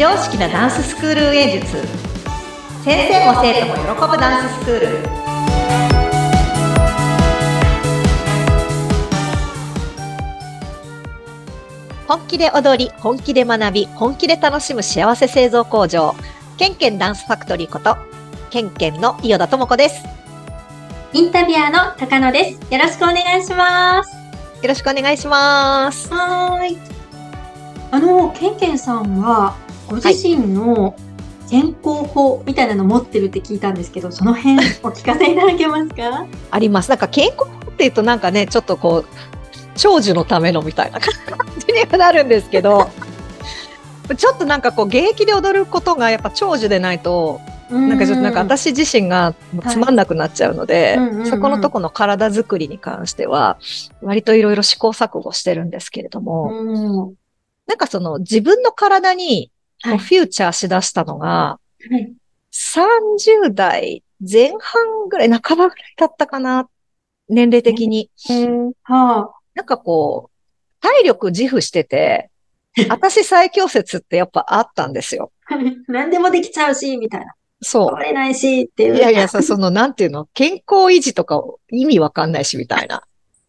常識なダンススクール運営術。先生も生徒も喜ぶダンススクール。本気で踊り、本気で学び、本気で楽しむ幸せ製造工場、ケンケンダンスファクトリーことケンケンの伊予田智子です。 インタビュアーの高野です。よろしくお願いします。 よろしくお願いします。 はい。ケンケンさんはご自身の健康法みたいなの持ってるって聞いたんですけど、その辺お聞かせいただけますか？ あります。なんか健康法っていうとなんかね、ちょっとこう長寿のためのみたいな感じになるんですけどちょっとなんかこう現役で踊ることがやっぱ長寿でないとなんかちょっとなんか私自身がつまんなくなっちゃうので、そこのとこの体作りに関しては割といろいろ試行錯誤してるんですけれども、なんかその自分の体にこうフューチャーしだしたのが、30代前半ぐらい、半ばぐらいだったかな、年齢的に。なんかこう、体力自負してて、私最強説ってやっぱあったんですよ。 何でもできちゃうし、みたいな。 そう。 倒れないし、っていう。 いやいやさ、なんていうの、健康維持とか意味わかんないし、みたいな。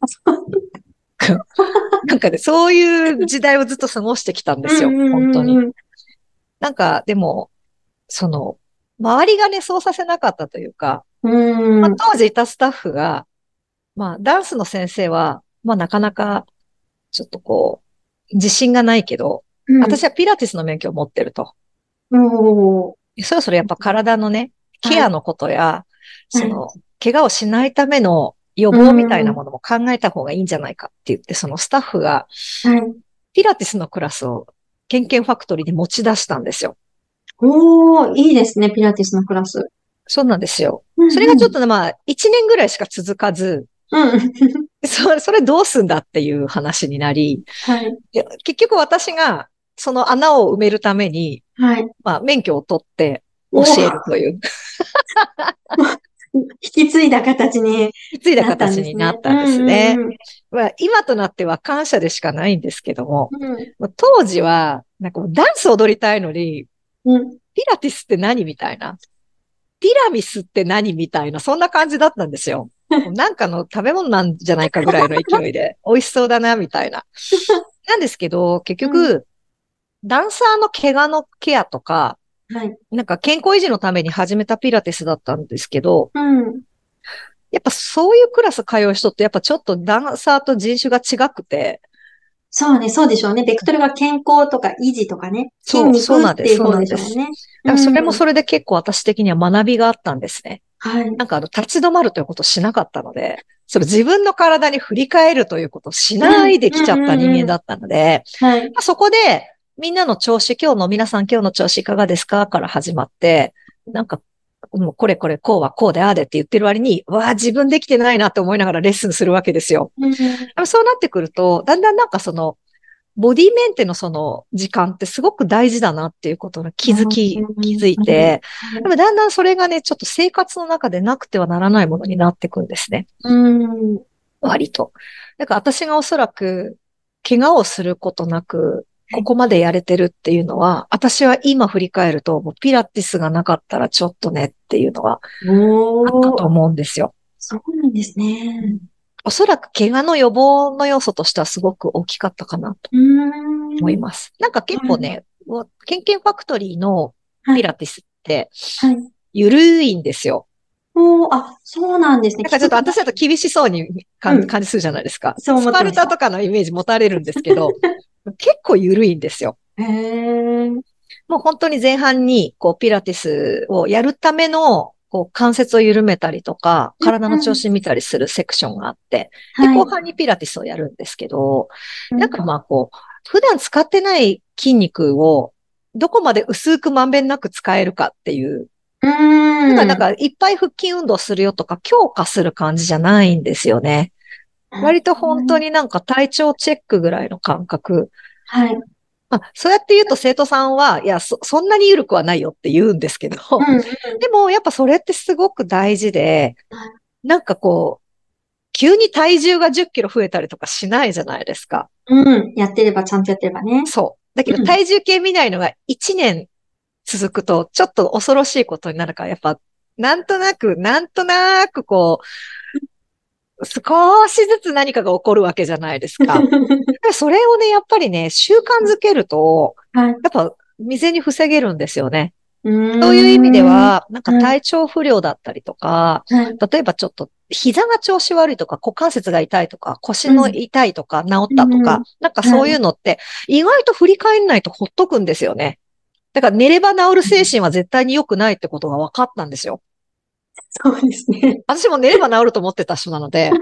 なんかね、そういう時代をずっと過ごしてきたんですよ、本当に。なんか、でも、周りがね、そうさせなかったというか、当時いたスタッフが、ダンスの先生は、なかなか、ちょっとこう、自信がないけど、私はピラティスの免許を持ってると。そろそろやっぱ体のね、ケアのことや、怪我をしないための予防みたいなものも考えた方がいいんじゃないかって言って、そのスタッフが、ピラティスのクラスを、ケンケンファクトリーで持ち出したんですよ。 いいですね、ピラティスのクラス。 そうなんですよ。それがちょっと1年ぐらいしか続かず、それどうすんだっていう話になり、結局私がその穴を埋めるために、免許を取って教えるという。 引き継いだ形になったんですね。 今となっては感謝でしかないんですけども、当時はなんかダンス踊りたいのに、ピラティスって何みたいな。ティラミスって何みたいな、そんな感じだったんですよ。なんかの食べ物なんじゃないかぐらいの勢いで、美味しそうだな、みたいな。なんですけど、結局、ダンサーの怪我のケアとか、なんか健康維持のために始めたピラティスだったんですけど、やっぱそういうクラス通う人ってやっぱちょっとダンサーと人種が違くて。 そうね、そうでしょうね。ベクトルが健康とか維持とかね。筋肉っていう方でしょうね。 だからそれもそれで結構私的には学びがあったんですね。なんか立ち止まるということをしなかったので、自分の体に振り返るということをしないできちゃった人間だったので、そこでみんなの調子、今日の調子いかがですかから始まって、なんかもうこれこうはこうでああでって言ってる割に、自分できてないなって思いながらレッスンするわけですよ。そうなってくると、だんだんなんかボディメンテの時間ってすごく大事だなっていうことに気づいて、でもだんだんそれがね、ちょっと生活の中でなくてはならないものになっていくんですね。割と。だから私がおそらく、怪我をすることなく、ここまでやれてるっていうのは、私は今振り返ると、もうピラティスがなかったらちょっとねっていうのは、あったと思うんですよ。 そうなんですね。 おそらく怪我の予防の要素としてはすごく大きかったかなと思います。なんか結構ね、ケンケンファクトリーのピラティスって、ゆるいんですよ。 そうなんですね。 なんかちょっと私だと厳しそうに感じするじゃないですか。スパルタとかのイメージ持たれるんですけど、結構ゆるいんですよ。もう本当に前半にピラティスをやるための関節を緩めたりとか、体の調子見たりするセクションがあって、で、後半にピラティスをやるんですけど、なんか普段使ってない筋肉をどこまで薄くまんべんなく使えるかっていう。なんかいっぱい腹筋運動するよとか強化する感じじゃないんですよね。割と本当になんか体調チェックぐらいの感覚。そうやって言うと生徒さんは、いや、そんなに緩くはないよって言うんですけど、でもやっぱそれってすごく大事で、なんか急に体重が10キロ増えたりとかしないじゃないですか。 やってれば、ちゃんとやってればね。 そだけど体重計見ないのが1年続くと、ちょっと恐ろしいことになるから、やっぱ、なんとなくこう、少しずつ何かが起こるわけじゃないですか。それをね、やっぱりね、習慣づけると、やっぱ未然に防げるんですよね。そういう意味では、なんか体調不良だったりとか、例えばちょっと膝が調子悪いとか、股関節が痛いとか、腰の痛いとか、治ったとか、なんかそういうのって、意外と振り返んないとほっとくんですよね。だから寝れば治る精神は絶対に良くないってことが分かったんですよ。 そうですね。 私も寝れば治ると思ってた人なので。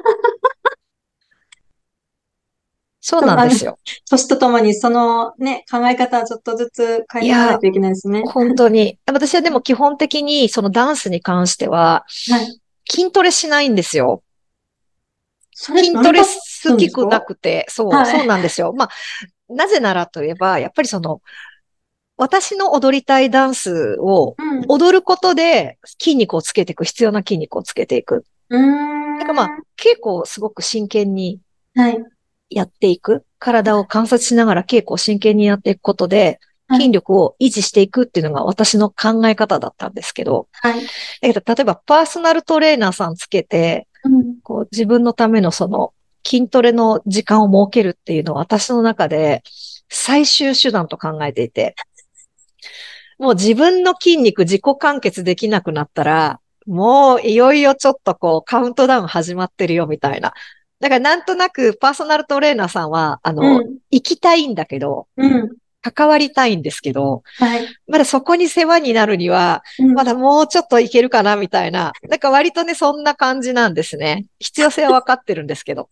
そうなんですよ。 年とともにそのね、考え方はちょっとずつ変えていかないといけないですね。 本当に。私はでも基本的にそのダンスに関しては、筋トレしないんですよ。筋トレ好きくなくて、そうなんですよ。まあ、なぜならといえば、やっぱり私の踊りたいダンスを踊ることで筋肉をつけていく、必要な筋肉をつけていく。だからまあ、稽古をすごく真剣にやっていく。体を観察しながら稽古を真剣にやっていくことで、筋力を維持していくっていうのが私の考え方だったんですけど、だけど例えばパーソナルトレーナーさんつけて、こう自分のためのその筋トレの時間を設けるっていうのは私の中で最終手段と考えていて、もう自分の筋肉自己完結できなくなったら、もういよいよちょっとこうカウントダウン始まってるよみたいな。だからなんとなくパーソナルトレーナーさんは、行きたいんだけど、関わりたいんですけど、まだそこに世話になるには、まだもうちょっといけるかなみたいな。なんか割とね、そんな感じなんですね。必要性は分かってるんですけど。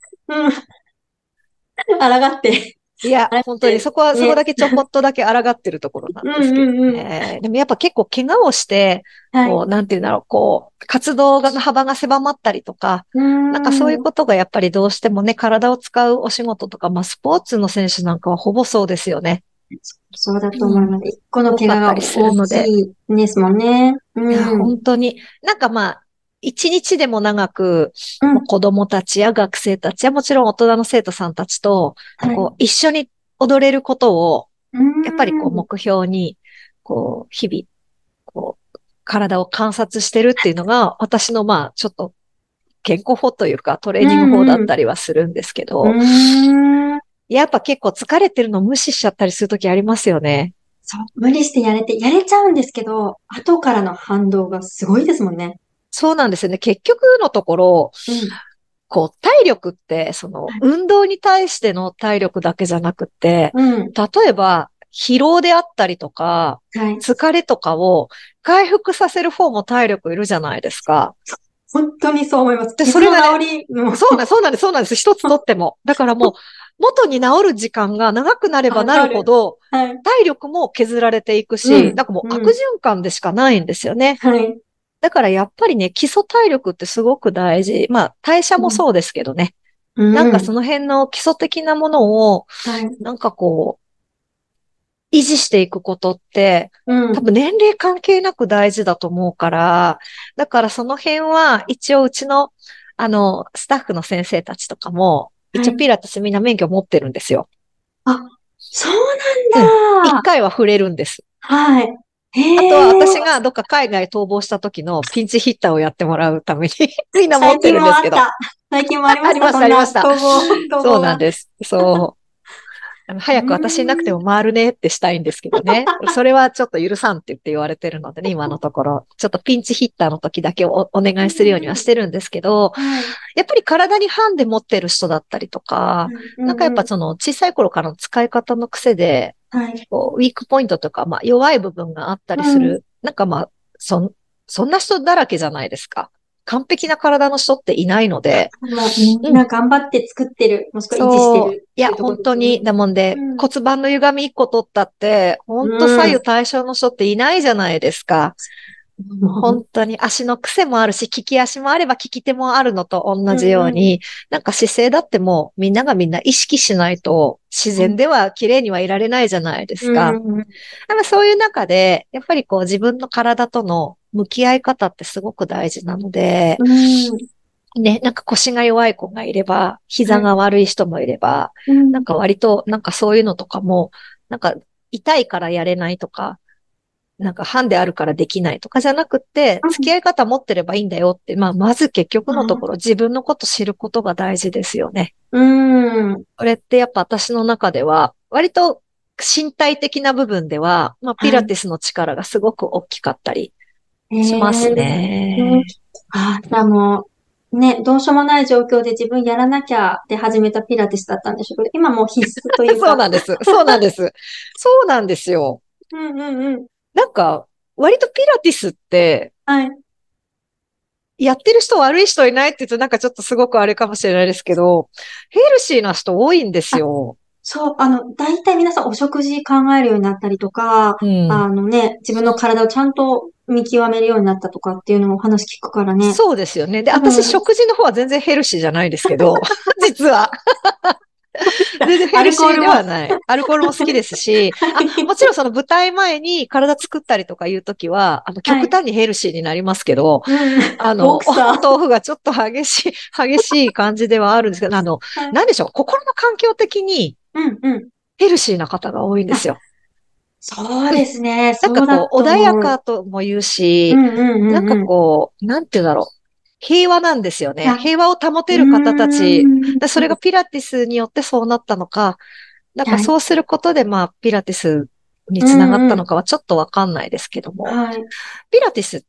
抗って。 いや、本当にそこだけちょこっとだけ抗ってるところなんですけどね。でもやっぱ結構怪我をして、こう、なんていうんだろう、こう、活動の幅が狭まったりとか、なんかそういうことがやっぱりどうしてもね、体を使うお仕事とか、まあスポーツの選手なんかはほぼそうですよね。 そうだと思います。一個の怪我が大きいんですもんね。 いや、本当に。なんかまあ、一日でも長く、子供たちや学生たちやもちろん大人の生徒さんたちと、こう、一緒に踊れることを、やっぱりこう、目標に、こう、日々、こう、体を観察してるっていうのが、私のまあ、ちょっと、健康法というか、トレーニング法だったりはするんですけど、やっぱ結構疲れてるの無視しちゃったりするときありますよね。 そう、無理してやれちゃうんですけど、後からの反動がすごいですもんね。 そうなんですよね。結局のところ、こう、体力って、運動に対しての体力だけじゃなくて、例えば、疲労であったりとか、疲れとかを回復させる方も体力いるじゃないですか。 本当にそう思います。 で、それがね、そうなんです。一つとっても。だからもう、元に治る時間が長くなればなるほど、体力も削られていくし、なんかもう悪循環でしかないんですよね。だからやっぱりね、基礎体力ってすごく大事。まあ、代謝もそうですけどね。なんかその辺の基礎的なものを、なんかこう、維持していくことって、多分年齢関係なく大事だと思うから、だからその辺は一応うちの、スタッフの先生たちとかも、一応ピラティスみんな免許持ってるんですよ。 あ、そうなんだ。一回は触れるんです。 はい。 あとは私がどっか海外逃亡した時のピンチヒッターをやってもらうためにみんな持ってるんですけど。 最近もありました。 ありました。 逃亡そうなんです。そう。早く私いなくても回るねってしたいんですけどね。それはちょっと許さんって言われてるのでね、今のところ。ちょっとピンチヒッターの時だけお願いするようにはしてるんですけど、やっぱり体にハンデ持ってる人だったりとか、なんかやっぱ小さい頃からの使い方の癖で、こうウィークポイントとか、まあ弱い部分があったりする。なんかまあ、そんな人だらけじゃないですか。完璧な体の人っていないので。 もうみんな頑張って作ってる、もしくは維持してる。 いや、本当に。だもんで、骨盤の歪み一個取ったって、本当左右対称の人っていないじゃないですか。本当に足の癖もあるし、利き足もあれば利き手もあるのと同じように、なんか姿勢だってもうみんながみんな意識しないと自然では綺麗にはいられないじゃないですか。そういう中で、やっぱりこう自分の体との向き合い方ってすごく大事なので、ね、なんか腰が弱い子がいれば、膝が悪い人もいれば、なんか割と、なんかそういうのとかも、なんか痛いからやれないとか、なんかハンデあるからできないとかじゃなくって、付き合い方持ってればいいんだよって、まず結局のところ自分のこと知ることが大事ですよね。これってやっぱ私の中では、割と身体的な部分では、ピラティスの力がすごく大きかったりしますね。 じゃあもう、ね、どうしようもない状況で自分やらなきゃって始めたピラティスだったんでしょうけど、今もう必須というか。 そうなんです。そうなんです。そうなんですよ。なんか、割とピラティスって、やってる人悪い人いないって言うとなんかちょっとすごくあれかもしれないですけど、ヘルシーな人多いんですよ。 そう、大体皆さんお食事考えるようになったりとか、自分の体をちゃんと見極めるようになったとかっていうのをお話聞くからね。 そうですよね。で、私食事の方は全然ヘルシーじゃないですけど、実は。全然ヘルシーではない。アルコールも好きですし、もちろんその舞台前に体作ったりとかいうときは、極端にヘルシーになりますけど、豆腐がちょっと激しい感じではあるんですけど、なんでしょう、心の環境的に、ヘルシーな方が多いんですよ。 そうですね。 なんかこう、穏やかとも言うし、なんかこう、なんて言うんだろう。平和なんですよね。平和を保てる方たち。それがピラティスによってそうなったのか、なんかそうすることで、ピラティスにつながったのかはちょっとわかんないですけども、ピラティスって、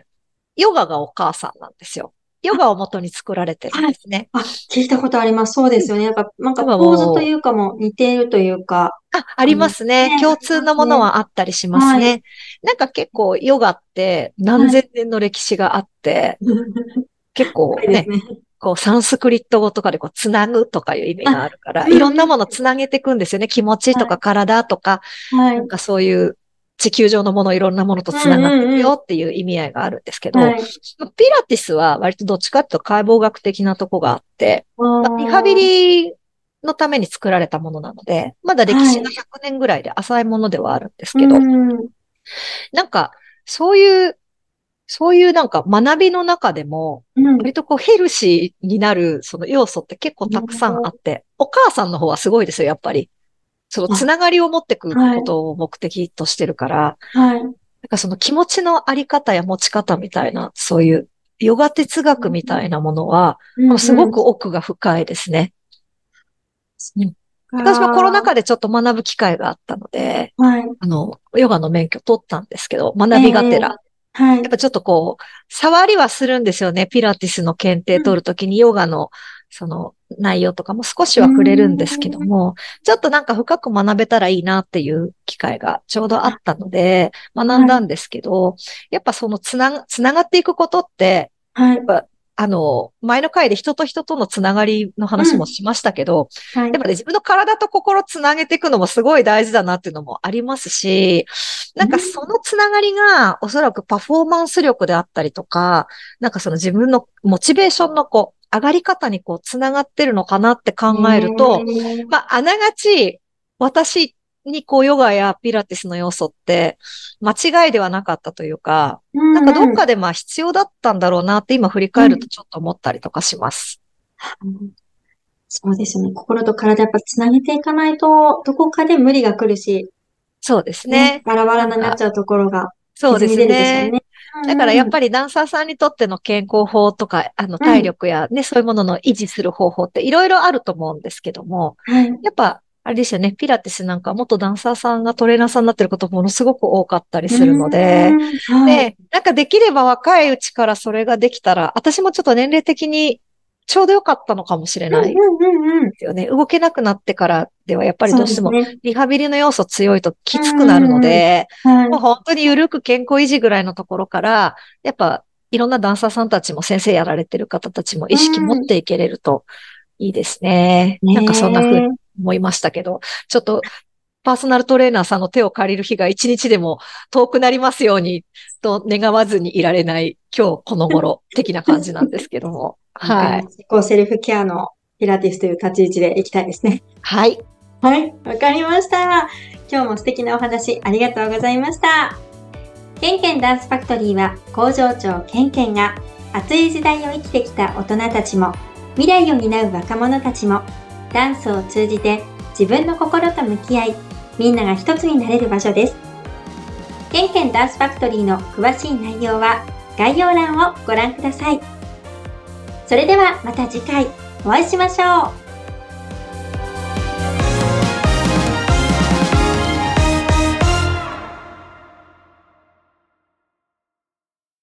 ヨガがお母さんなんですよ。ヨガを元に作られてるんですね。 聞いたことあります。そうですよね。なんかポーズというかも似ているというか。 ありますね。共通のものはあったりしますね。なんか結構ヨガって何千年の歴史があって、結構ね、こうサンスクリット語とかでこうつなぐとかいう意味があるから、いろんなものつなげていくんですよね。気持ちとか体とか、なんかそういう地球上のもの、いろんなものとつながっていくよっていう意味合いがあるんですけど、ピラティスは割とどっちかっていうと解剖学的なとこがあって、リハビリのために作られたものなので、まだ歴史が100年ぐらいで浅いものではあるんですけど、なんかそういうなんか学びの中でも、割とこうヘルシーになるその要素って結構たくさんあって、お母さんの方はすごいですよ、やっぱり。そのつながりを持っていくことを目的としてるから、なんかその気持ちのあり方や持ち方みたいな、そういうヨガ哲学みたいなものは、すごく奥が深いですね。私もコロナ禍でちょっと学ぶ機会があったので、ヨガの免許取ったんですけど、学びがてら。やっぱちょっとこう、触りはするんですよね。ピラティスの検定取るときにヨガのその内容とかも少しは触れるんですけども、ちょっとなんか深く学べたらいいなっていう機会がちょうどあったので、学んだんですけど、やっぱそのつながっていくことって、やっぱ前の回で人と人とのつながりの話もしましたけど、やっぱね、自分の体と心つなげていくのもすごい大事だなっていうのもありますし、なんかそのつながりがおそらくパフォーマンス力であったりとか、なんかその自分のモチベーションのこう、上がり方にこう、つながってるのかなって考えると、あながち、私にこう、ヨガやピラティスの要素って、間違いではなかったというか、なんかどっかで必要だったんだろうなって今振り返るとちょっと思ったりとかします。 そうですよね。心と体やっぱつなげていかないと、どこかで無理が来るし。 そうですね。 バラバラになっちゃうところが、 そうですね。だからやっぱりダンサーさんにとっての健康法とか、体力やね、そういうものの維持する方法っていろいろあると思うんですけども、やっぱ、あれですよね、ピラティスなんか元ダンサーさんがトレーナーさんになってることものすごく多かったりするので、で、なんかできれば若いうちからそれができたら、私もちょっと年齢的にちょうどよかったのかもしれないですよね。動けなくなってからではやっぱりどうしてもリハビリの要素強いときつくなるので、もう本当に緩く健康維持ぐらいのところから、やっぱいろんなダンサーさんたちも先生やられてる方たちも意識持っていけれるといいですね。なんかそんな風に思いましたけど、ちょっとパーソナルトレーナーさんの手を借りる日が一日でも遠くなりますようにと願わずにいられない今日この頃的な感じなんですけども。はい。 自己セルフケアのピラティスという立ち位置でいきたいですね。 はい。 はい。わかりました。今日も素敵なお話ありがとうございました。ケンケンダンスファクトリーは工場長ケンケンが熱い時代を生きてきた大人たちも未来を担う若者たちもダンスを通じて自分の心と向き合いみんなが一つになれる場所です。ケンケンダンスファクトリーの詳しい内容は概要欄をご覧ください。それではまた次回お会いしましょう。